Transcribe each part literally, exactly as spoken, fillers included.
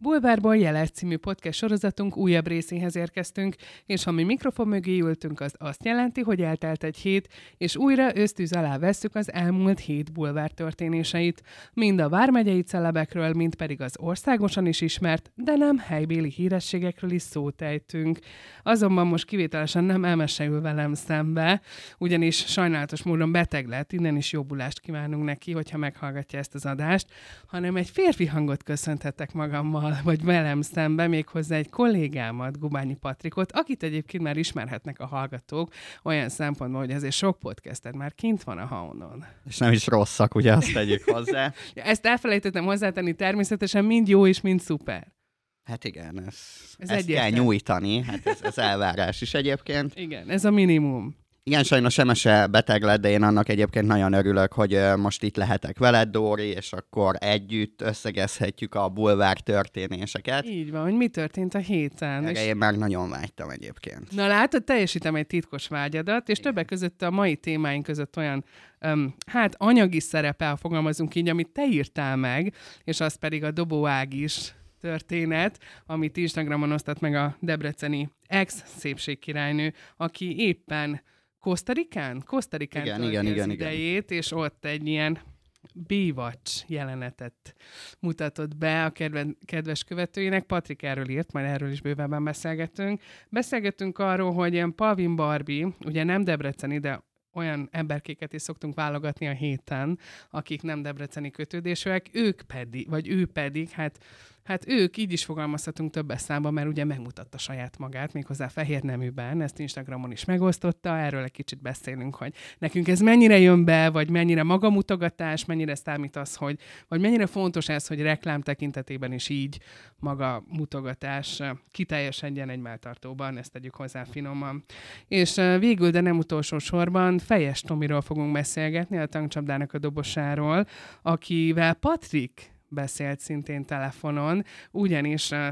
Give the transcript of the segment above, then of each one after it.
Bulvárból Jeles című podcast sorozatunk újabb részéhez érkeztünk, és ha mi mikrofon mögé ültünk, az azt jelenti, hogy eltelt egy hét, és újra ösztűz alá vesszük az elmúlt hét bulvár történéseit. Mind a vármegyei celebekről, mind pedig az országosan is ismert, de nem helybéli hírességekről is szót ejtünk. Azonban most kivételesen nem Emese ül velem szembe, ugyanis sajnálatos módon beteg lett, innen is jobbulást kívánunk neki, hogyha meghallgatja ezt az adást, hanem egy férfi hangot köszönthetek magammal, vagy velem szembe, méghozzá egy kollégámat, Gubányi Patrikot, akit egyébként már ismerhetnek a hallgatók, olyan szempontból, hogy azért sok podcasted már kint van a Haunon. És nem is rosszak, ugye, azt tegyük hozzá. Ezt elfelejtettem hozzátenni, természetesen mind jó és mind szuper. Hát igen, ez, ez ezt kell nyújtani, hát ez, ez elvárás is egyébként. Igen, ez a minimum. Igen, sajnos Emese beteg lett, de én annak egyébként nagyon örülök, hogy most itt lehetek veled, Dóri, és akkor együtt összegezhetjük a bulvár történéseket. Így van, hogy mi történt a héten. Erre és... én már nagyon vágytam egyébként. Na látod, teljesítem egy titkos vágyadat, és igen. Többek között a mai témáink között olyan, um, hát anyagi szerepel, fogalmazunk így, amit te írtál meg, és az pedig a Dobó Ágis történet, amit Instagramon osztott meg a debreceni ex-szépségkirálynő, aki éppen Kosztarikán? Kosztarikán igen, tölti igen, az igen, idejét, igen. És ott egy ilyen Baywatch jelenetet mutatott be a kedve, kedves követőinek. Patrik erről írt, majd erről is bővebben beszélgetünk. Beszélgetünk arról, hogy ilyen Pavin Barbie, ugye nem debreceni, de olyan emberkéket is szoktunk válogatni a héten, akik nem debreceni kötődésűek, ők pedig, vagy ő pedig, hát Hát ők, így is fogalmazhatunk többes számban, mert ugye megmutatta saját magát, méghozzá fehér neműben, ezt Instagramon is megosztotta, erről egy kicsit beszélünk, hogy nekünk ez mennyire jön be, vagy mennyire magamutogatás, mennyire számít az, hogy, vagy mennyire fontos ez, hogy reklám tekintetében is így magamutogatás kiteljesedjen egy melltartóban, ezt tegyük hozzá finoman. És végül, de nem utolsó sorban, Fejes Tomiról fogunk beszélgetni, a tankcsapdának a dobosáról, akivel Patrik beszélt szintén telefonon, ugyanis uh,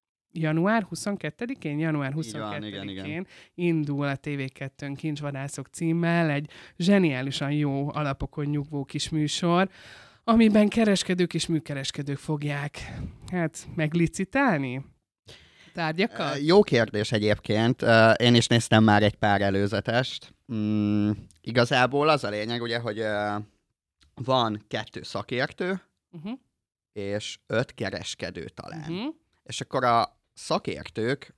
január huszonkettedikén, január huszonkettedikén igen, igen, igen. indul a té vé kettőn Kincsvadászok címmel egy zseniálisan jó alapokon nyugvó kis műsor, amiben kereskedők és műkereskedők fogják hát meglicitálni tárgyakat? Uh, jó kérdés egyébként. Uh, én is néztem már egy pár előzetest. Mm, igazából az a lényeg, ugye, hogy uh, van kettő szakértő, uh-huh. és öt kereskedő talán. Uh-huh. És akkor a szakértők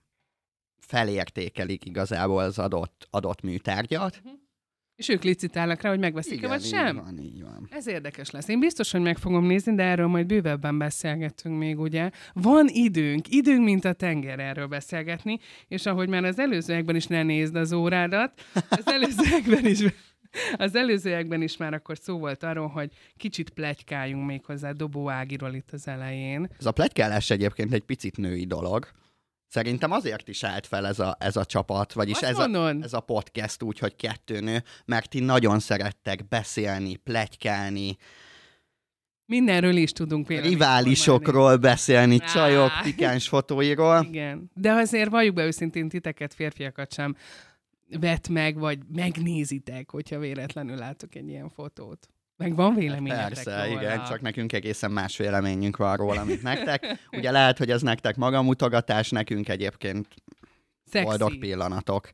felértékelik igazából az adott, adott műtárgyat. Uh-huh. És ők licitálnak rá, hogy megveszik-e, vagy sem? Van, így van. Ez érdekes lesz. Én biztos, hogy meg fogom nézni, de erről majd bővebben beszélgetünk még, ugye. Van időnk, időnk, mint a tenger erről beszélgetni, és ahogy már az előzőekben is ne nézd az órádat, az előzőekben is... Az előzőekben is már akkor szó volt arról, hogy kicsit pletykáljunk még hozzá Dobó Ágiról itt az elején. Ez a pletykálás egyébként egy picit női dolog. Szerintem azért is állt fel ez a, ez a csapat, vagyis ez a, ez a podcast úgy, hogy kettő nő, mert ti nagyon szerettek beszélni, pletykálni, mindenről is tudunk például. Riválisokról beszélni, Á. csajok, pikáns fotóiról. Igen, de azért valljuk be őszintén, titeket, férfiakat sem vett meg, vagy megnézitek, hogyha véletlenül látok egy ilyen fotót. Meg van véleményetek Persze, róla. igen, csak nekünk egészen más véleményünk van róla, mint nektek. Ugye lehet, hogy ez nektek magamutogatás, nekünk egyébként Szexi. Boldog pillanatok.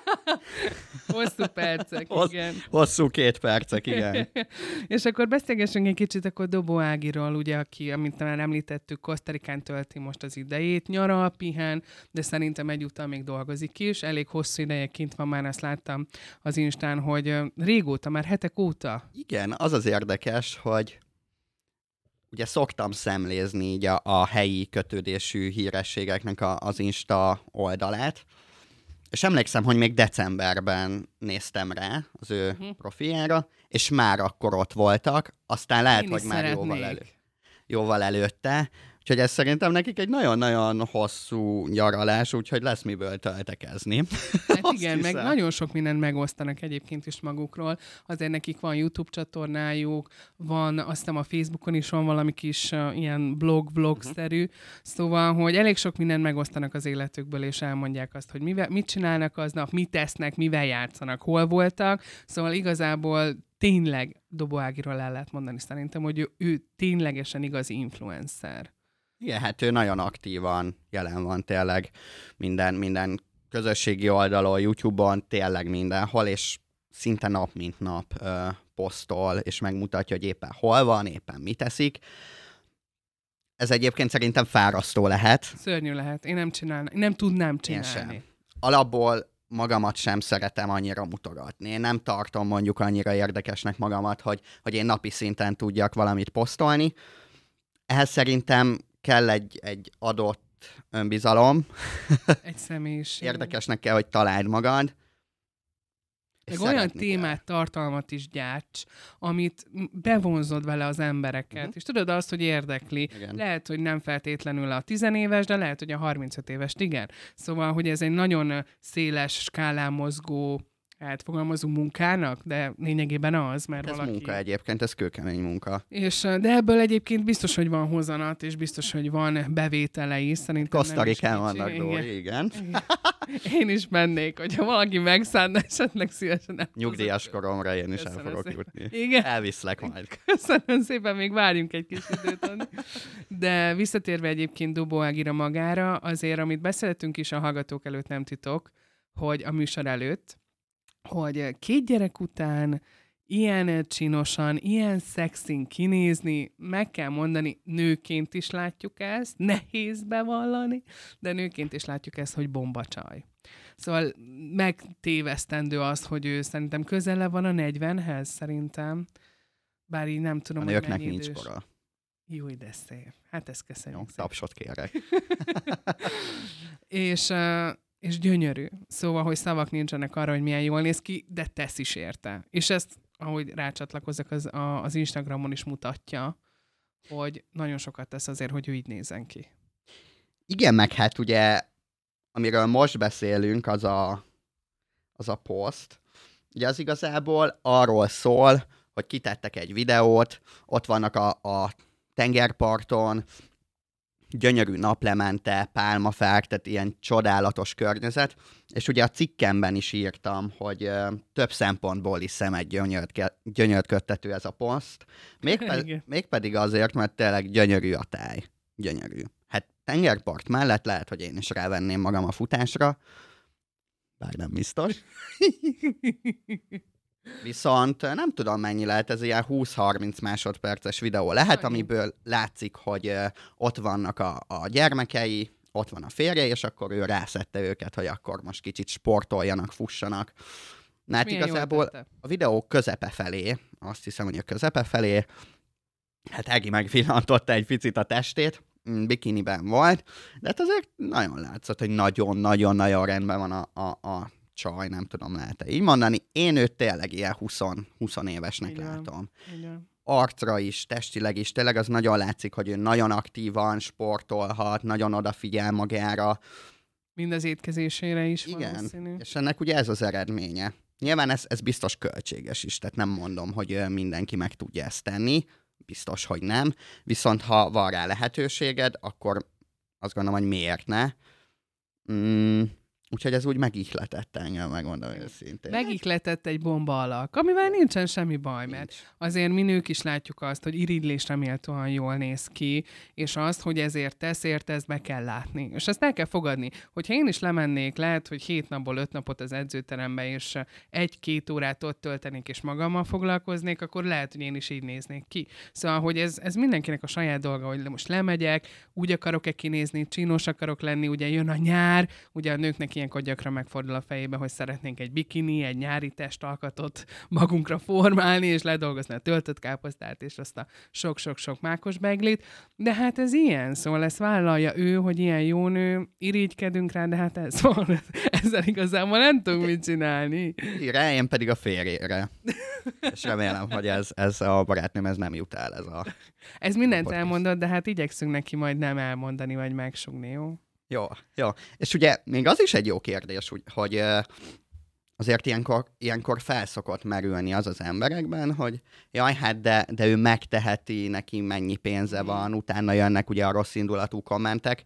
Hosszú percek, Hossz, igen. Hosszú két percek, igen. És akkor beszélgessünk egy kicsit akkor Dobó Ágiról, ugye, aki, amint már említettük, Kosztarikán tölti most az idejét, nyaral, pihen, de szerintem egyúttal még dolgozik is. Elég hosszú ideje kint van, már azt láttam az Instán, hogy régóta, már hetek óta. Igen, az az érdekes, hogy ugye szoktam szemlézni így a, a helyi kötődésű hírességeknek a, az Insta oldalát, és emlékszem, hogy még decemberben néztem rá az ő uh-huh. profiljára, és már akkor ott voltak, aztán lehet, Én hogy már jóval, elő, jóval előtte. Úgyhogy ez szerintem nekik egy nagyon-nagyon hosszú nyaralás, úgyhogy lesz miből töltekezni. Hát igen, meg nagyon sok mindent megosztanak egyébként is magukról. Azért nekik van YouTube csatornájuk, van azt hiszem a Facebookon is van valami kis uh, ilyen blog-vlog-szerű. Uh-huh. Szóval, hogy elég sok mindent megosztanak az életükből, és elmondják azt, hogy mivel, mit csinálnak aznap, mit tesznek, mivel játszanak, hol voltak. Szóval igazából tényleg Dobó Ágiról el lehet mondani szerintem, hogy ő, ő ténylegesen igazi influencer. Igen, hát ő nagyon aktívan jelen van tényleg minden, minden közösségi oldalon, YouTube-on, tényleg mindenhol, és szinte nap mint nap ö, posztol, és megmutatja, hogy éppen hol van, éppen mit teszik. Ez egyébként szerintem fárasztó lehet. Szörnyű lehet. Én nem csinálnám. Nem tudnám csinálni. Én sem. Alapból magamat sem szeretem annyira mutogatni. Én nem tartom mondjuk annyira érdekesnek magamat, hogy, hogy én napi szinten tudjak valamit posztolni. Ehhez szerintem kell egy, egy adott önbizalom. Egy személyiség. Érdekesnek kell, hogy találd magad. Meg olyan témát, kell. tartalmat is gyárts, amit bevonzod vele az embereket. Uh-huh. És tudod azt, hogy érdekli. Igen. Lehet, hogy nem feltétlenül a tizenéves, de lehet, hogy a harmincöt éves, igen. Szóval, hogy ez egy nagyon széles skálán mozgó, hát fogalmazunk munkának, de lényegében az, mert ez valaki... munka egyébként, ez kőkemény munka. És, de ebből egyébként biztos, hogy van hozanat, és biztos, hogy van bevétele is. Szerintem Kosztarikán vannak dolgok, igen. igen. Én is mennék, hogyha valaki megszánna, esetleg szívesen. Nyugdíjas koromra én is el fogok jutni. Igen. Elviszlek majd. Köszönöm szépen, még várjunk egy kis időt. De visszatérve egyébként Dobó Ágira magára, azért, amit beszéltünk is a hallgatók előtt, nem titok, hogy a műsor előtt, hogy két gyerek után ilyen csinosan, ilyen szexin kinézni, meg kell mondani, nőként is látjuk ezt, nehéz bevallani, de nőként is látjuk ezt, hogy bombacsaj. Szóval megtévesztendő az, hogy ő szerintem közele van a negyvenhez, szerintem. Bár így nem tudom, a hogy nőknek mennyi nincs idős. kora. Jó, de szép. Hát ezt köszönjük. Jó, tapsot kérek. És... Uh, és gyönyörű. Szóval, hogy szavak nincsenek arra, hogy milyen jól néz ki, de tesz is érte. És ezt, ahogy rácsatlakozok, az, a, az Instagramon is mutatja, hogy nagyon sokat tesz azért, hogy ő így nézzen ki. Igen, meg hát ugye, amiről most beszélünk, az a, az a poszt, ugye az igazából arról szól, hogy kitettek egy videót, ott vannak a, a tengerparton, gyönyörű naplemente, pálmafák, tehát ilyen csodálatos környezet, és ugye a cikkemben is írtam, hogy ö, több szempontból is szemet gyönyört, gyönyört köttető ez a poszt, Mégped, mégpedig azért, mert tényleg gyönyörű a táj. Gyönyörű. Hát tengerpart mellett lehet, hogy én is rávenném magam a futásra, bár nem biztos. Viszont nem tudom, mennyi lehet, ez ilyen húsz-harminc másodperces videó lehet, amiből látszik, hogy ott vannak a, a gyermekei, ott van a férje, és akkor ő rászedte őket, hogy akkor most kicsit sportoljanak, fussanak. Na hát igazából a videó közepe felé, azt hiszem, hogy a közepe felé, hát Ági megvillantotta egy picit a testét, bikiniben volt, de hát azért nagyon látszott, hogy nagyon-nagyon-nagyon rendben van a, a, a csaj, nem tudom, lehet-e így mondani. Én őt tényleg ilyen húsz, húsz évesnek igen, látom. Igen. Arcra is, testileg is, tényleg az nagyon látszik, hogy ő nagyon aktívan sportolhat, nagyon odafigyel magára. Mind az étkezésére is igen, valószínű. És ennek ugye ez az eredménye. Nyilván ez, ez biztos költséges is, tehát nem mondom, hogy mindenki meg tudja ezt tenni, biztos, hogy nem. Viszont ha van rá lehetőséged, akkor azt gondolom, hogy miért ne. Mm. Úgyhogy ez úgy megihletett engem, megmondom őszintén. Megihletett egy bomba alak, amivel nincsen semmi baj, mert Nincs. azért mi nők is látjuk azt, hogy irigylésre méltóan jól néz ki, és azt, hogy ezért tesz, ért, ezt be kell látni. És ezt el kell fogadni. Hogyha én is lemennék, lehet, hogy hét napból öt napot az edzőterembe, és egy-két órát ott töltenék, és magammal foglalkoznék, akkor lehet, hogy én is így néznék ki. Szóval, hogy ez, ez mindenkinek a saját dolga, hogy most lemegyek, úgy akarok-e kinézni, csinos akarok lenni, ugye jön a nyár, ugye a nőknek ilyenkor gyakran megfordul a fejébe, hogy szeretnénk egy bikini, egy nyári testalkatot magunkra formálni, és ledolgozni a töltött káposztát, és azt a sok-sok-sok mákos beglit. De hát ez ilyen, szóval ezt vállalja ő, hogy ilyen jó nő, irigykedünk rá, de hát ez van. Ezzel igazából nem tudunk mit csinálni. Rá, én pedig a férjére. És remélem, hogy ez, ez a barátnőm, ez nem jut el. Ez, a ez mindent elmondod, de hát igyekszünk neki majd nem elmondani, vagy megsugni, jó? Jó, jó. És ugye még az is egy jó kérdés, hogy azért ilyenkor, ilyenkor felszokott merülni az az emberekben, hogy jaj, hát de, de ő megteheti, neki mennyi pénze van, utána jönnek ugye a rossz indulatú kommentek.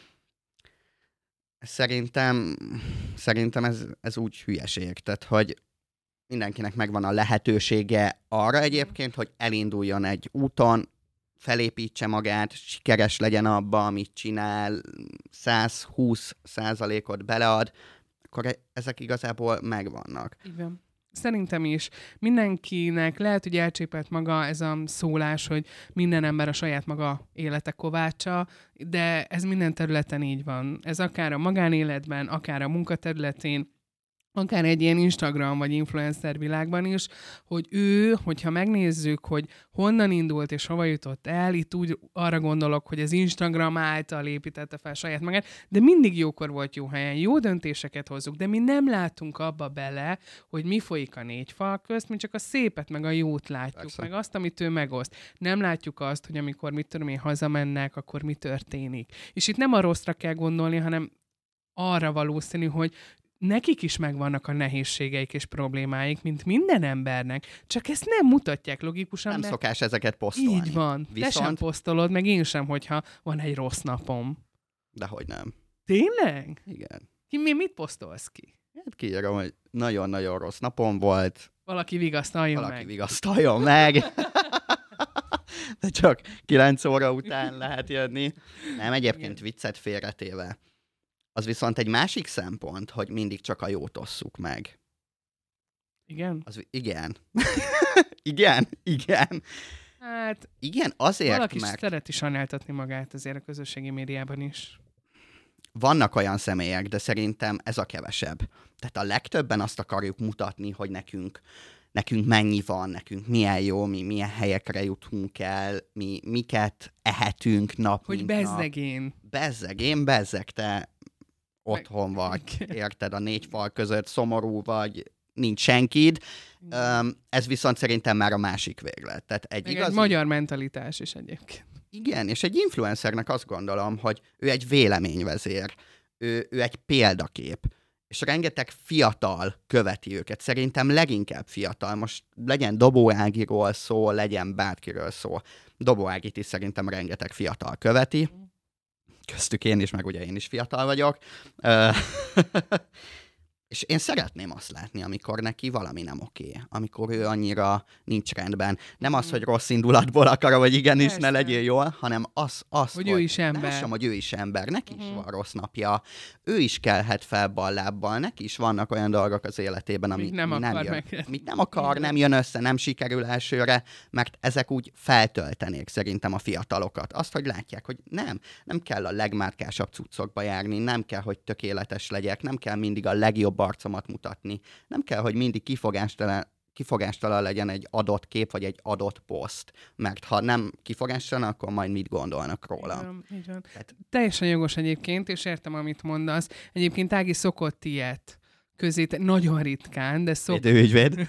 Szerintem, szerintem ez, ez úgy hülyeség, tehát hogy mindenkinek megvan a lehetősége arra egyébként, hogy elinduljon egy úton, felépítse magát, sikeres legyen abba, amit csinál, száz húsz százalékot belead, akkor e- ezek igazából megvannak. Igen. Szerintem is. Mindenkinek lehet, hogy elcsépelt maga ez a szólás, hogy minden ember a saját maga élete kovácsa, de ez minden területen így van. Ez akár a magánéletben, akár a munkaterületén, akár egy ilyen Instagram vagy influencer világban is, hogy ő, hogyha megnézzük, hogy honnan indult és hova jutott el, itt úgy arra gondolok, hogy az Instagram által építette fel saját magát, de mindig jókor volt jó helyen, jó döntéseket hozzuk, de mi nem látunk abba bele, hogy mi folyik a négy fal közt, mi csak a szépet, meg a jót látjuk, Persze. meg azt, amit ő megoszt. Nem látjuk azt, hogy amikor, mit tudom én, hazamennek, akkor mi történik. És itt nem a rosszra kell gondolni, hanem arra valószínű, hogy nekik is megvannak a nehézségeik és problémáik, mint minden embernek, csak ezt nem mutatják logikusan, Nem mert szokás ezeket posztolni. így van. Viszont... Te sem posztolod, meg én sem, hogyha van egy rossz napom. Dehogy nem. Tényleg? Igen. Ki, mi mit posztolsz ki? Hát kiírom, hogy nagyon-nagyon rossz napom volt, Valaki vigasztaljon valaki meg. vigasztaljon meg. De csak kilenc óra után lehet jönni. Nem, egyébként Igen. viccet félretéve. Az viszont egy másik szempont, hogy mindig csak a jót osszuk meg. Igen? Az, igen. igen, igen. Hát Igen, azért, valaki mert szereti sajnáltatni magát azért a közösségi médiában is. vannak olyan személyek, de szerintem ez a kevesebb. Tehát a legtöbben azt akarjuk mutatni, hogy nekünk, nekünk mennyi van, nekünk milyen jó, mi milyen helyekre jutunk el, mi miket ehetünk nap, Hogy mint bezzeg nap. én. Bezzeg, én bezzeg, te otthon vagy, Igen. érted, a négy fal között szomorú vagy, nincs senkid. Um, ez viszont szerintem már a másik véglet. Tehát egy Meg igazi... egy magyar mentalitás is egyébként. Igen, és egy influencernek azt gondolom, hogy ő egy véleményvezér, ő, ő egy példakép, és rengeteg fiatal követi őket. Szerintem leginkább fiatal. Most legyen Dobó Ágiról szó, legyen bárkiről szó. Dobó Ágit is szerintem rengeteg fiatal követi. Köztük én is, meg ugye én is fiatal vagyok. Ö, és én szeretném azt látni, amikor neki valami nem oké, amikor ő annyira nincs rendben. Nem az, hogy rossz indulatból akarom, hogy igenis Persze. ne legyél jól, hanem az, az Hogy ő is ember. lássam, hogy ő is ember, neki is Mhm. van rossz napja, ő is kelhet fel ballábbal, neki is vannak olyan dolgok az életében, Amit amik nem nem, akar jön, meg- amit nem akar, Igen. nem jön össze, nem sikerül elsőre, mert ezek úgy feltöltenék szerintem a fiatalokat. Azt, hogy látják, hogy nem, nem kell a legmárkásabb cuccokba járni, nem kell, hogy tökéletes legyek, nem kell mindig a legjobb arcomat mutatni, nem kell, hogy mindig kifogástalan, kifogástalan legyen egy adott kép, vagy egy adott poszt. Mert ha nem kifogástalan, akkor majd mit gondolnak róla. Így van, így van. Tehát- Teljesen jogos egyébként, és értem, amit mondasz. Egyébként Ági szokott ilyet közé tenni, nagyon ritkán, de szok... Védőügyvéd.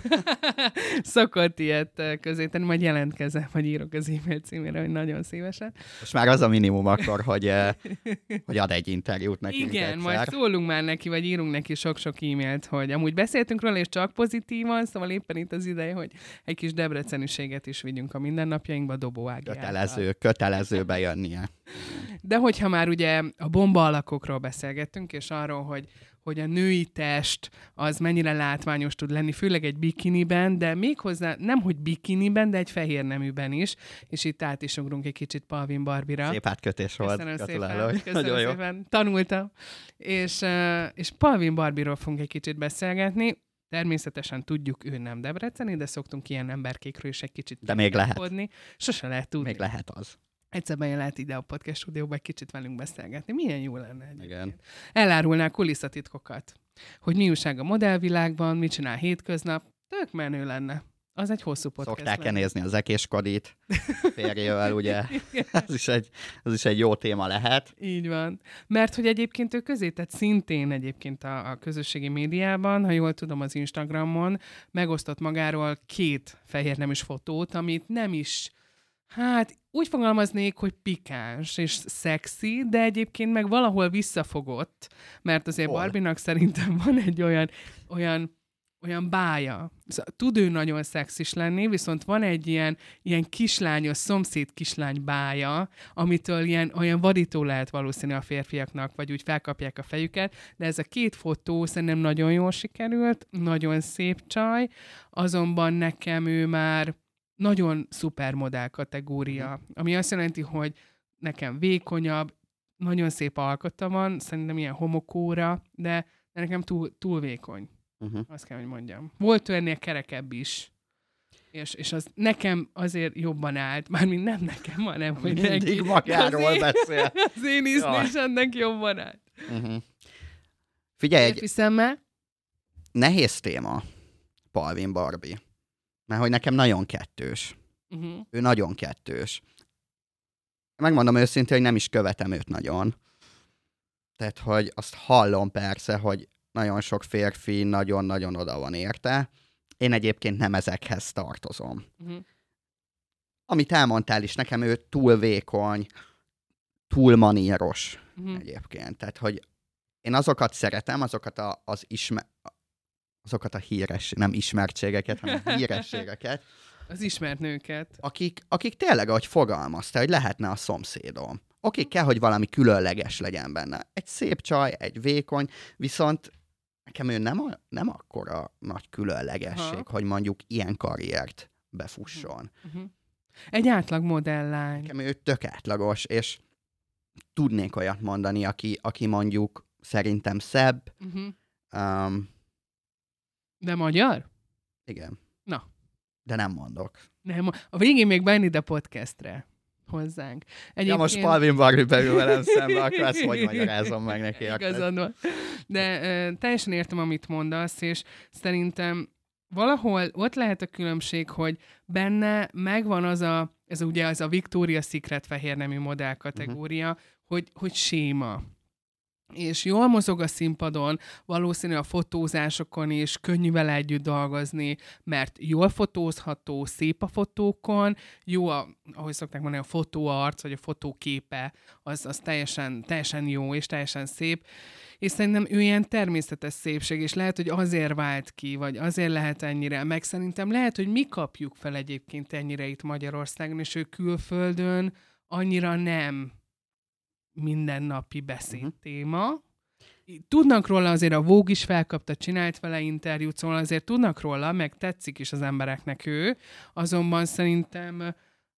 szokott ilyet közé tenni, majd jelentkezem, vagy írok az e-mail címére, hogy nagyon szívesen. Most már az a minimum akkor, hogy, eh, hogy ad egy interjút nekünk Igen, egyszer. majd szólunk már neki, vagy írunk neki sok-sok e-mailt, hogy amúgy beszéltünk róla, és csak pozitívan, szóval éppen itt az ideje, hogy egy kis debreceniséget is vigyünk a mindennapjainkba Dobó Ági által. Kötelező, kötelező bejönnie. De hogyha már ugye a bomba alakokról beszélgettünk, és arról, hogy, hogy a női test az mennyire látványos tud lenni, főleg egy bikiniben, de méghozzá nem, hogy bikiniben, de egy fehér neműben is, és itt át is ugrunk egy kicsit Palvin Barbira. Szép átkötés volt. Köszönöm Gratulálok. szépen, köszönöm Nagyon jó. szépen, tanultam. És, uh, és Palvin Barbiról fogunk egy kicsit beszélgetni. Természetesen tudjuk, ő nem debreceni, de szoktunk ilyen emberkékről is egy kicsit De még lehet. podni. Sose lehet tudni. Még lehet az. Egyszer bejön lehet ide a podcast stúdióba egy kicsit velünk beszélgetni. Milyen jó lenne egyébként. Igen. Elárulnál kulisszatitkokat. Hogy mi újság a modellvilágban, mit csinál hétköznap. Tök menő lenne. Az egy hosszú podcast Szokták-e lenne. nézni az Ekéskodit férjével, ugye? Ez is, egy, ez is egy jó téma lehet. Így van. Mert hogy egyébként ő közé tett szintén egyébként a, a közösségi médiában, ha jól tudom, az Instagramon megosztott magáról két fehérneműs fotót, amit nem is, hát úgy fogalmaznék, hogy pikáns és szexi, de egyébként meg valahol visszafogott, mert azért Hol? Barbinak szerintem van egy olyan, olyan olyan bája. Szóval tud ő nagyon szexis lenni, viszont van egy ilyen, ilyen kislányos, szomszéd kislány bája, amitől ilyen, olyan vadító lehet valószínű a férfiaknak, vagy úgy felkapják a fejüket, de ez a két fotó szerintem nagyon jól sikerült, nagyon szép csaj, azonban nekem ő már nagyon szupermodell kategória, uh-huh. ami azt jelenti, hogy nekem vékonyabb, nagyon szép alkata van, szerintem ilyen homokóra, de, de nekem túl, túl vékony. Uh-huh. Azt kell, hogy mondjam. Volt ennél kerekebb is. És, és az nekem azért jobban állt, mármint nem nekem, hanem, hogy mindig neki. magáról az beszél. Az én ízlésemnek jobban állt. Uh-huh. Figyelj, egy szemmel? Nehéz téma, Palvin Barbie. Mert hogy nekem nagyon kettős. Uh-huh. Ő nagyon kettős. Megmondom őszintén, hogy nem is követem őt nagyon. Tehát, hogy azt hallom persze, hogy nagyon sok férfi nagyon-nagyon oda van érte. Én egyébként nem ezekhez tartozom. Uh-huh. Amit elmondtál is, nekem ő túl vékony, túl maníros uh-huh. egyébként. Tehát, hogy én azokat szeretem, azokat a, az ismer... azokat a híres, nem ismertségeket, hanem hírességeket. Az ismert nőket. Akik, akik tényleg, ahogy fogalmazta, hogy lehetne a szomszédom. Oké, kell, hogy valami különleges legyen benne. Egy szép csaj, egy vékony, viszont nekem ő nem, a, nem akkora nagy különlegesség, Aha. hogy mondjuk ilyen karriert befusson. Uh-huh. Egy átlag modellány. Nekem ő tök átlagos, és tudnék olyat mondani, aki, aki mondjuk szerintem szebb. Uh-huh. Um, De magyar? Igen. Na. De nem mondok. Nem, a végén még bejön ide podcastre hozzánk. Egyébként... Ja, most Palvin Barbie beül velem szembe, akkor ezt hogy magyarázom meg neki? Igazad van. De uh, teljesen értem, amit mondasz, és szerintem valahol ott lehet a különbség, hogy benne megvan az a, ez ugye az a Victoria's Secret fehérnemű modell kategória, uh-huh. hogy, hogy séma. És jól mozog a színpadon, valószínű a fotózásokon is könnyű vele együtt dolgozni, mert jól fotózható, szép a fotókon, jó, a, ahogy szokták mondani, a fotóarc, vagy a fotóképe, az, az teljesen, teljesen jó, és teljesen szép. És szerintem ő ilyen természetes szépség, és lehet, hogy azért vált ki, vagy azért lehet ennyire, meg szerintem lehet, hogy mi kapjuk fel egyébként ennyire itt Magyarországon, és ő külföldön annyira nem mindennapi beszédtéma. Uh-huh. Tudnak róla, azért a Vogue is felkapta, csinált vele interjút, szóval azért tudnak róla, meg tetszik is az embereknek ő, azonban szerintem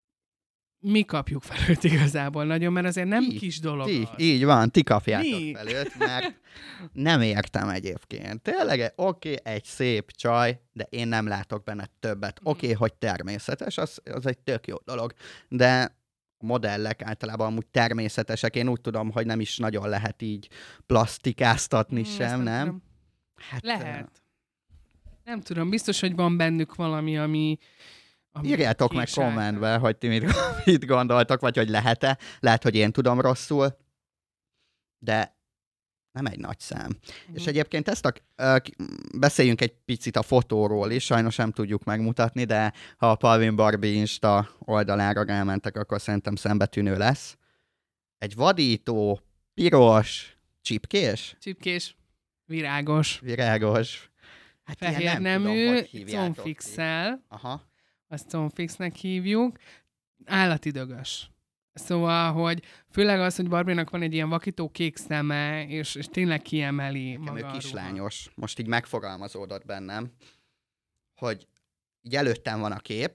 mi kapjuk fel őt igazából nagyon, mert azért nem így, kis dolog így, az. Így van, ti kapjátok mi? fel őt, mert nem értem egyébként. Tényleg, oké, okay, egy szép csaj, de én nem látok benne többet. Oké, okay, hogy természetes, az, az egy tök jó dolog, de a modellek általában amúgy természetesek. Én úgy tudom, hogy nem is nagyon lehet így plastikáztatni hmm, sem, nem? nem? Hát, lehet. Uh... Nem tudom, biztos, hogy van bennük valami, ami... ami írjátok meg kommentbe, hogy ti mit, mit gondoltok, vagy hogy lehet-e. Lehet, hogy én tudom rosszul, de nem egy nagy szám. Uh-huh. És egyébként ezt a, uh, beszéljünk egy picit a fotóról is, sajnos nem tudjuk megmutatni, de ha a Palvin Barbie Insta oldalára elmentek, akkor szerintem szembetűnő lesz. Egy vadító, piros, csipkés? Csipkés, virágos. Virágos. Hát fehér nemű, comfix-el. Aha. Azt comfixnek hívjuk. Állati dögös. Szóval, hogy főleg az, hogy Barbie-nak van egy ilyen vakító kék szeme, és, és tényleg kiemeli Nekem maga ő kislányos. Most így megfogalmazódott bennem, hogy így előttem van a kép.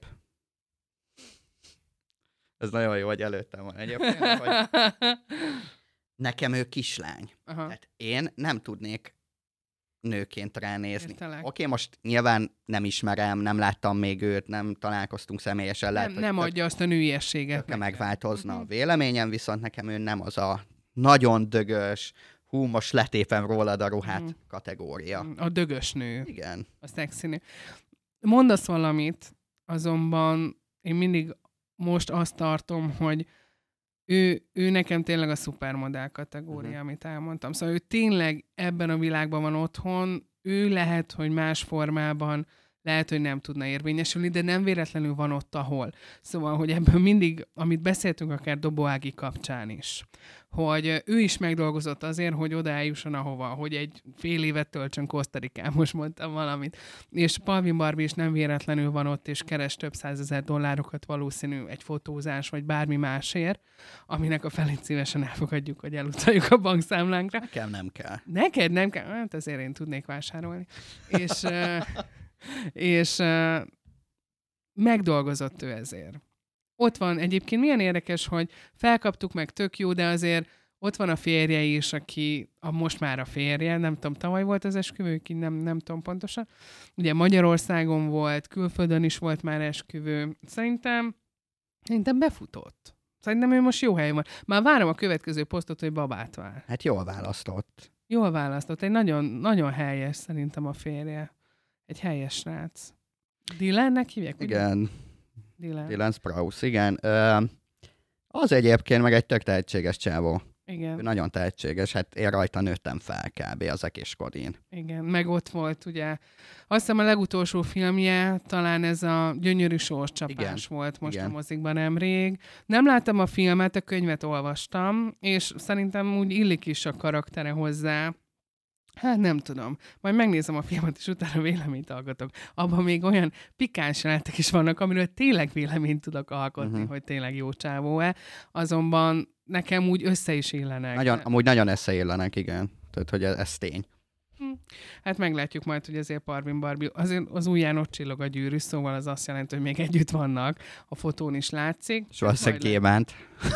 Ez nagyon jó, hogy előttem van egyébként. Hogy nekem ő kislány. Aha. Tehát én nem tudnék nőként ránézni. Oké, okay, most nyilván nem ismerem, nem láttam még őt, nem találkoztunk személyesen. Lehet, nem nem adja azt a nőiességet. Nekem megváltozna uh-huh. a véleményem, viszont nekem ő nem az a nagyon dögös, hú, most letépem rólad a ruhát uh-huh. kategória. A dögös nő. Igen. A szexi nő. Mondasz valamit, azonban én mindig most azt tartom, hogy Ő, ő nekem tényleg a szupermodell kategória, uh-huh. amit elmondtam. Szóval ő tényleg ebben a világban van otthon, ő lehet, hogy más formában, lehet, hogy nem tudna érvényesülni, de nem véletlenül van ott, ahol. Szóval, hogy ebből mindig, amit beszéltünk akár Dobó Ági kapcsán is, hogy ő is megdolgozott azért, hogy oda eljusson ahova, hogy egy fél évet töltsön Kosztarikán, most mondtam valamit. És Palvin Barbie is nem véletlenül van ott, és keres több százezer dollárokat valószínű egy fotózás, vagy bármi másért, aminek a felét szívesen elfogadjuk, hogy elutaljuk a bankszámlánkra. Nekem nem kell. Neked nem kell? Hát azért én tudnék vásárolni. És... és megdolgozott ő ezért. Ott van egyébként, milyen érdekes, hogy felkaptuk meg, tök jó, de azért ott van a férje is, aki a most már a férje, nem tudom, tavaly volt az esküvő, ki nem, nem tudom pontosan. Ugye Magyarországon volt, külföldön is volt már esküvő. Szerintem, szerintem befutott. Szerintem ő most jó helyen van. Már várom a következő posztot, hogy babát vár. Hát jól választott. Jól választott. Egy nagyon, nagyon helyes szerintem a férje. Egy helyes srác. Dylannek hívják? Igen. Dylan. Dylan Sprouse, igen. Ö, az egyébként meg egy tök tehetséges csávó. Igen. Ő nagyon tehetséges, hát én rajta nőttem fel kb. Az Ekés Kodin. Igen, meg ott volt ugye. Azt hiszem a legutolsó filmje talán ez a Gyönyörű sorscsapás Igen. volt most Igen. a mozikban nemrég. Nem láttam a filmet, a könyvet olvastam, és szerintem úgy illik is a karaktere hozzá. Hát nem tudom. Majd megnézem a filmet, és utána véleményt alkotok. Abban még olyan pikáns jelenetek is vannak, amiről tényleg véleményt tudok alkotni, uh-huh. hogy tényleg jó csávó-e. Azonban nekem úgy össze is illenek. Nagyon, amúgy nagyon összeillenek, igen. Tehát, hogy ez, ez tény. Hm. Hát meglátjuk majd, hogy azért Parvin Barbie, azért az ujján ott csillog a gyűrű, szóval az azt jelenti, hogy még együtt vannak. A fotón is látszik. És valószínűleg gyémánt.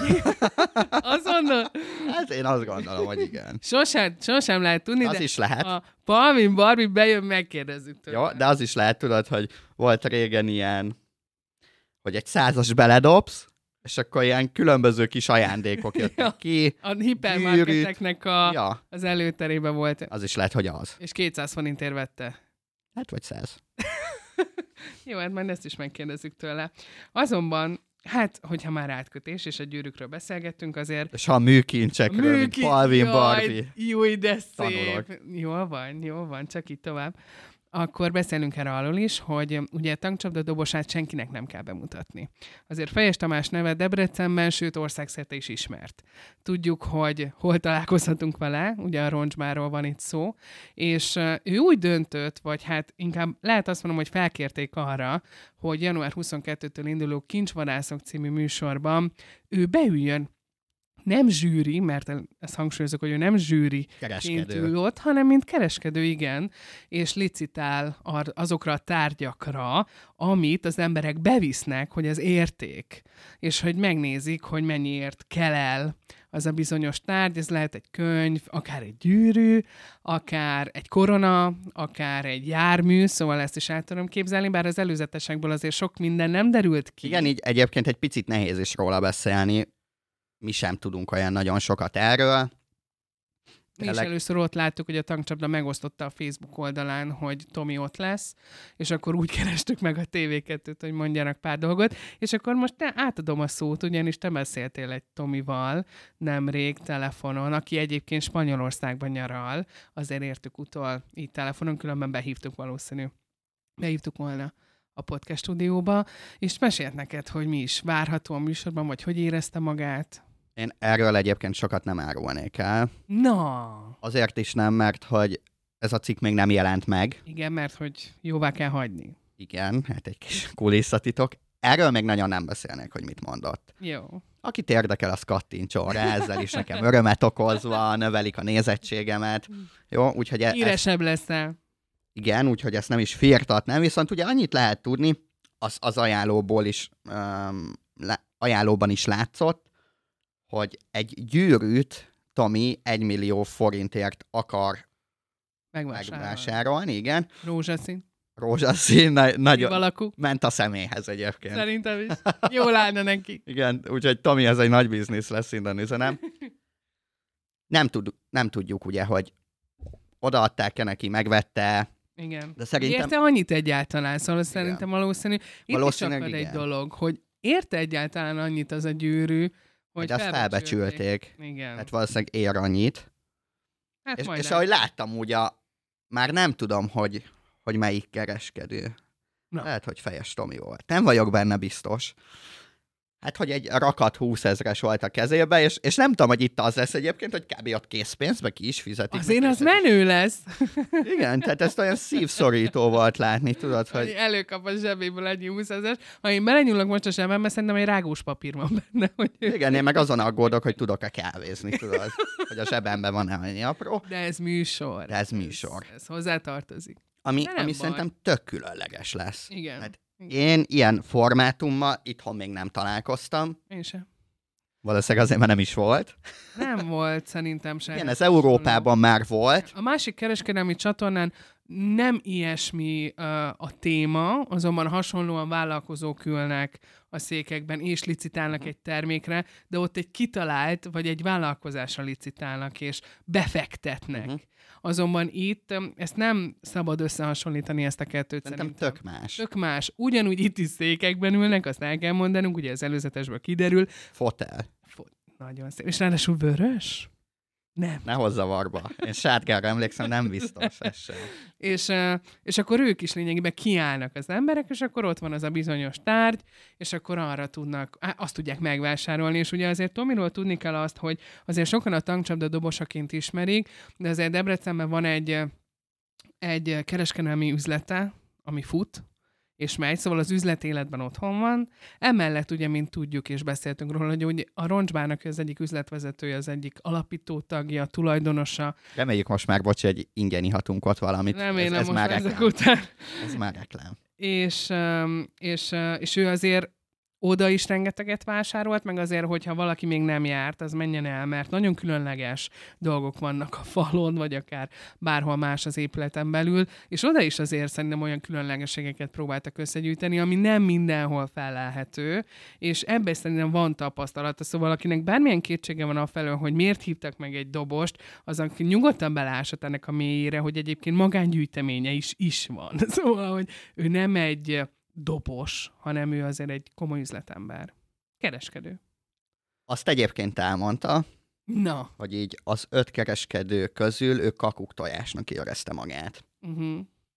Azt mondod? Hát én azt gondolom, hogy igen. Sosem, sosem lehet tudni, Az de is lehet. a Parvin Barbie bejön, megkérdezzük tőle. Jó, de az is lehet, tudod, hogy volt régen ilyen, hogy egy százas beledobsz, és akkor ilyen különböző kis ajándékok jöttek Ja, ki. a hipermarketeknek a, Ja, az előterében volt. az is lehet, hogy az. És kétszáz forintért vette. Hát vagy száz. Jó, hát majd ezt is megkérdezzük tőle. Azonban, hát, hogyha már átkötés, és a gyűrűkről beszélgettünk, azért... És ha a műkincsekről, mint Parvin Barbie. Júj, de szép. Tanulok. Jól van, jól van, csak így tovább. Akkor beszélünk erre arról is, hogy ugye a tankcsapda dobosát senkinek nem kell bemutatni. Azért Fejes Tamás neve Debrecenben, sőt országszerte is ismert. Tudjuk, hogy hol találkozhatunk vele, ugye a roncsmáról van itt szó, és ő úgy döntött, vagy hát inkább lehet azt mondom, hogy felkérték arra, hogy január huszonkettedikétől induló Kincsvadászok című műsorban ő beüljön, nem zsűri, mert ezt hangsúlyozok, hogy ő nem zsűriként ül ott, hanem mint kereskedő, igen, és licitál azokra a tárgyakra, amit az emberek bevisznek, hogy az érték, és hogy megnézik, hogy mennyiért kell el az a bizonyos tárgy, ez lehet egy könyv, akár egy gyűrű, akár egy korona, akár egy jármű, szóval ezt is el tudom képzelni, bár az előzetesekből azért sok minden nem derült ki. Igen, így egyébként egy picit nehéz is róla beszélni, mi sem tudunk olyan nagyon sokat erről. Mi is először ott láttuk, hogy a tankcsapda megosztotta a Facebook oldalán, hogy Tomi ott lesz, és akkor úgy kerestük meg a té vé kettőt, hogy mondjanak pár dolgot, és akkor most te átadom a szót, ugyanis te beszéltél egy Tomival nemrég telefonon, aki egyébként Spanyolországban nyaral, azért értük utol így telefonon, különben behívtuk valószínű. Behívtuk volna a podcast stúdióba, és mesélt neked, hogy mi is várható a műsorban, vagy hogy érezte magát. Én erről egyébként sokat nem árulnék el. Na! Azért is nem, mert hogy ez a cikk még nem jelent meg. Igen, mert hogy jóvá kell hagyni. Igen, hát egy kis kulisszatitok. Erről még nagyon nem beszélnék, hogy mit mondott. Jó. Akit érdekel, az kattintson rá, ezzel is nekem örömet okozva, növelik a nézettségemet. Jó, úgyhogy... E- Híresebb leszel. Igen, úgyhogy ezt nem is firtatnám, viszont ugye annyit lehet tudni, az, az ajánlóból is, um, le, ajánlóban is látszott, hogy egy gyűrűt Tomi egymillió forintért akar megvásárolni. megvásárolni, igen. Rózsaszín. Rózsaszín, na- nagyon Alakú. ment a személyhez egyébként. Szerintem is. Jól állna neki. Igen, úgyhogy Tomi, ez egy nagy biznisz lesz innen üzenem. Nem, tud, nem tudjuk ugye, hogy odaadták-e neki, megvette. Igen. De szerintem... Érte annyit egyáltalán, szóval igen. Szerintem valószínű. Itt Valószínűleg is akad igen. egy dolog, hogy érte egyáltalán annyit az a gyűrű, hogy azt felbecsülték. felbecsülték. Igen. Hát valószínűleg ér annyit. Hát és, majd és ahogy láttam, ugye már nem tudom, hogy, hogy melyik kereskedő. Na. Lehet, hogy Fejes Tomi volt. Nem vagyok benne biztos. Hát, hogy egy rakat húszezres volt a kezébe, és, és nem tudom, hogy itt az lesz egyébként, hogy kb. Ott készpénzbe ki is fizetik. Azért az menő lesz. Igen, tehát ezt olyan szívszorító volt látni, tudod, hogy... Előkap a zsebéből egy húszezres. Ha én belenyúlok most a zsebembe, szerintem egy rágós papír van benne. Hogy... Igen, én meg azon aggódok, hogy tudok-e kávézni, tudod, hogy a zsebemben van-e annyi apró. De ez műsor. De ez műsor. Ez, ez hozzátartozik. Ami, ami baj. Szerintem tök különleges lesz. Igen. Hát Én ilyen formátummal itthon még nem találkoztam. Én sem. Valószínűleg azért, mert nem is volt. Nem volt szerintem sem. Igen, ez Európában már volt. A másik kereskedelmi csatornán nem ilyesmi uh, a téma, azonban hasonlóan vállalkozók ülnek a székekben, és licitálnak egy termékre, de ott egy kitalált, vagy egy vállalkozásra licitálnak, és befektetnek. Uh-huh. Azonban itt ezt nem szabad összehasonlítani, ezt a kettőt szerintem. szerintem. Tök más. Tök más. Ugyanúgy itt is székekben ülnek, azt el kell mondanunk, ugye az előzetesből kiderül. Fotel. Fo- Nagyon szép. És ráadásul vörös? Nem. Ne hozza varba. Én sárgára emlékszem, nem biztos ez sem. És, és akkor ők is lényegében kiállnak az emberek, és akkor ott van az a bizonyos tárgy, és akkor arra tudnak, azt tudják megvásárolni, és ugye azért Tomiról tudni kell azt, hogy azért sokan a tankcsapda dobosaként ismerik, de azért Debrecenben van egy, egy kereskedelmi üzlete, ami fut, és megy, szóval az üzletéletben otthon van. Emellett ugye, mint tudjuk, és beszéltünk róla, hogy a Roncsbárnak az egyik üzletvezetője, az egyik alapító tagja, tulajdonosa. Reméljük most már, bocsi, hogy ingyen ihatunk ott valamit. Remélem ez, ez most már ezek reklám. után. Ez már reklám. És, és, és ő azért oda is rengeteget vásárolt, meg azért, hogyha valaki még nem járt, az menjen el, mert nagyon különleges dolgok vannak a falon, vagy akár bárhol más az épületen belül, és oda is azért szerintem olyan különlegességeket próbáltak összegyűjteni, ami nem mindenhol felelhető, és ebben szerintem van tapasztalata, szóval akinek bármilyen kétsége van afelől, hogy miért hívtak meg egy dobost, az aki nyugodtan beláshat ennek a mélyére, hogy egyébként magángyűjteménye is, is van. Szóval, hogy ő nem egy dobos, hanem ő azért egy komoly üzletember. Kereskedő. Azt egyébként elmondta, Na. hogy így az öt kereskedő közül ő kakuktojásnak érezte magát. Uh-huh.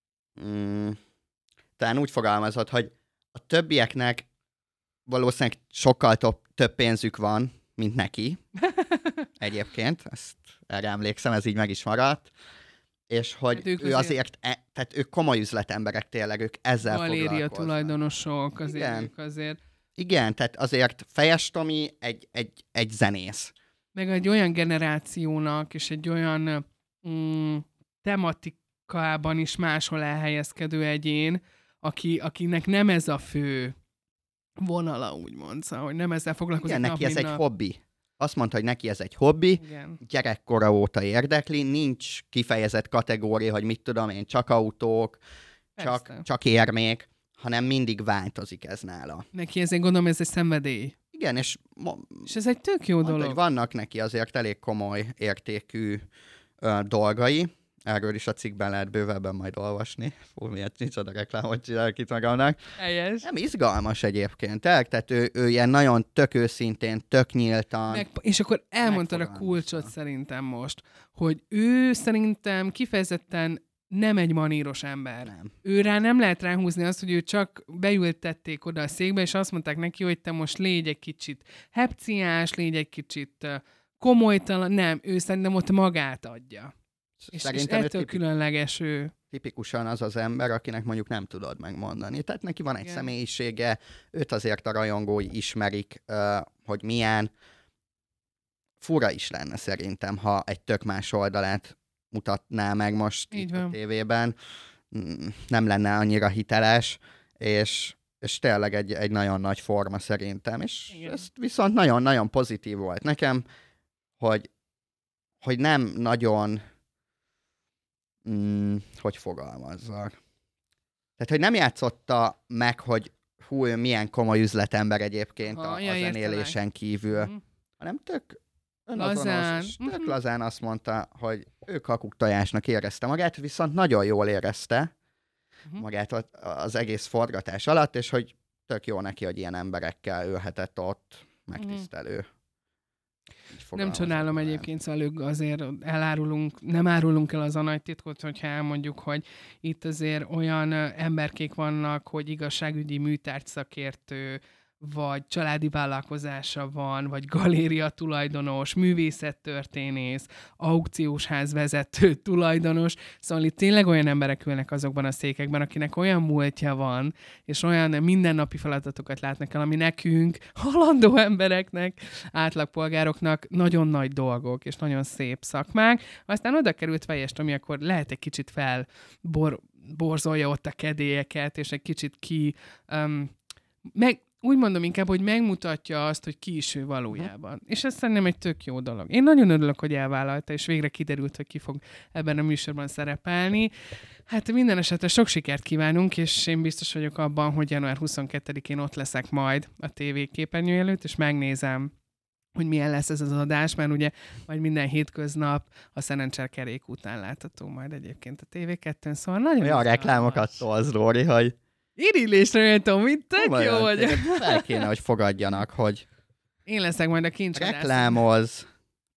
Mm, talán úgy fogalmazott, hogy a többieknek valószínűleg sokkal több, több pénzük van, mint neki. Egyébként, ezt erre emlékszem, ez így meg is maradt. És hogy hát ő azért, azért e, tehát ők komoly üzletemberek tényleg, ők ezzel Valéria foglalkoznak. tulajdonosok, azért Igen. ők azért. Igen, tehát azért Fejes Tomi egy, egy, egy zenész. Meg egy olyan generációnak, és egy olyan mm, tematikában is máshol elhelyezkedő egyén, aki, akinek nem ez a fő vonala, úgymond, szóval, hogy nem ezzel foglalkozik. Igen, nap, neki ez egy nap. hobbi. Azt mondta, hogy neki ez egy hobbi, Igen. gyerekkora óta érdekli, nincs kifejezett kategória, hogy mit tudom én, csak autók, csak, csak érmék, hanem mindig változik ez nála. Neki ezért gondolom, ez egy szenvedély. Igen, és, mo- és ez egy tök jó mondta, dolog. hogy vannak neki azért elég komoly értékű ö, dolgai, erről is a cikkben lehet bővebben majd olvasni. Fú, miért micsoda reklámot csinálok itt magamnak. Helyes. Nem izgalmas egyébként, tehát ő, ő ilyen nagyon tök őszintén, tök nyíltan. Meg, és akkor elmondtad a kulcsot szerintem most, hogy ő szerintem kifejezetten nem egy maníros ember. Nem. Őrá nem lehet ráhúzni azt, hogy ő csak beültették oda a székbe, és azt mondták neki, hogy te most légy egy kicsit hepciás, légy egy kicsit komolytalan. Nem, ő szerintem ott magát adja. És, és ettől tipik, különleges ő. Tipikusan az az ember, akinek mondjuk nem tudod megmondani. Tehát neki van egy Igen. személyisége, őt azért a rajongói ismerik, uh, hogy milyen. Fura is lenne szerintem, ha egy tök más oldalát mutatná meg most Így itt van. a tévében. Nem lenne annyira hiteles, és, és tényleg egy, egy nagyon nagy forma szerintem. És Igen. ez viszont nagyon-nagyon pozitív volt nekem, hogy, hogy nem nagyon... Mm, hogy fogalmazzak. Tehát, hogy nem játszotta meg, hogy hú, milyen komoly üzletember egyébként ha, a, ja, a zenélésen kívül, Mm. hanem tök Lazán. önazonos, és tök Mhm. lazán azt mondta, hogy ő kakuktojásnak érezte magát, viszont nagyon jól érezte Mhm. magát az egész forgatás alatt, és hogy tök jó neki, hogy ilyen emberekkel ülhetett ott, megtisztelő. Nem csodálom egyébként, szóval ők azért elárulunk, nem árulunk el az a nagy titkot, hogyha elmondjuk, hogy itt azért olyan emberkék vannak, hogy igazságügyi műtárgy szakértő, vagy családi vállalkozása van, vagy galéria tulajdonos, művészettörténész, aukciós ház vezető tulajdonos. Szóval itt tényleg olyan emberek ülnek azokban a székekben, akinek olyan múltja van, és olyan mindennapi feladatokat látnak el, ami nekünk, halandó embereknek, átlagpolgároknak nagyon nagy dolgok, és nagyon szép szakmák. Aztán oda került Vejest, ami akkor lehet egy kicsit felbor borzolja ott a kedélyeket, és egy kicsit ki... Um, meg, úgy mondom inkább, hogy megmutatja azt, hogy ki is ő valójában. Uh-huh. És ez szerintem egy tök jó dolog. Én nagyon örülök, hogy elvállalta, és végre kiderült, hogy ki fog ebben a műsorban szerepelni. Hát minden esetre sok sikert kívánunk, és én biztos vagyok abban, hogy január huszonkettedikén ott leszek majd a tévéképernyő előtt, és megnézem, hogy milyen lesz ez az adás, mert ugye majd minden hétköznap a Szerencsel kerék után látható majd egyébként a té vé kettőn, szóval nagyon... Olyan reklámokat tolsz, Lóri, hogy... Irigylésre jöttem, mit tök Olyan, jó vagy. fel kéne, hogy fogadjanak, hogy... Én leszek majd a kincsadász. Reklámoz.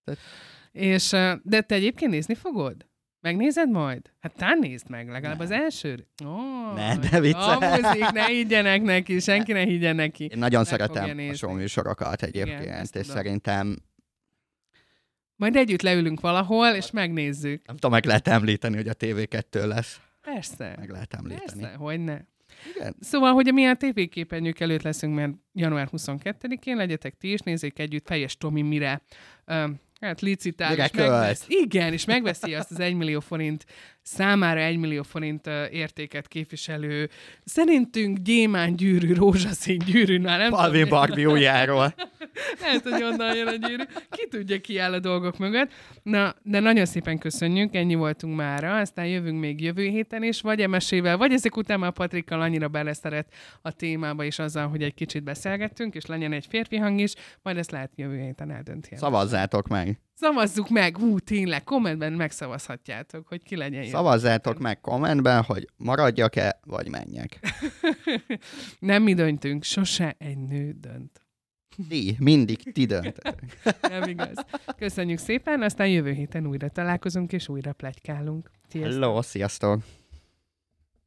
És, de te egyébként nézni fogod? Megnézed majd? Hát tán nézd meg, legalább ne. Az első. Oh, ne, de viccelj. Amuzik, ne higgyenek neki, senki ne higgyen neki. Én nagyon meg szeretem a showműsorokat egyébként, igen, és tudom. Szerintem... Majd együtt leülünk valahol, és megnézzük. Nem tudom, meg lehet említeni, hogy a té vé kettő lesz. Persze. Meg lehet említeni. Persze, hogyne. Igen. Szóval, hogy mi a tévéképernyők előtt leszünk, mert január huszonkettedikén legyetek ti is, nézzék együtt Fejes Tomi mire... Um, Hát licitál, és megvesz, igen, és megveszi azt az egymillió forint, számára egymillió forint uh, értéket képviselő, szerintünk gyémánygyűrű, rózsaszín gyűrű, már nem Balvin tudom. Barbie újjáról. Lehet, hogy onnan jön a gyűrű. Ki tudja, ki áll a dolgok mögött. Na, de nagyon szépen köszönjük, ennyi voltunk mára, aztán jövünk még jövő héten is, vagy emesével, vagy ezek után már Patrikkal annyira beleszeret a témába is azzal, hogy egy kicsit beszélgettünk, és legyen egy férfi hang is, majd ezt lehet jövő héten eldönti. Szavazzátok meg. Szavazzuk meg, hú, tényleg, kommentben megszavazhatjátok, hogy ki legyen jövő. Szavazzátok meg kommentben, hogy maradjak-e, vagy menjek. Nem mi döntünk, sose egy nő dönt. Ti, mindig ti döntetek. Nem igaz. Köszönjük szépen, aztán jövő héten újra találkozunk, és újra pletykálunk. Sziasztok! Hello, sziasztok!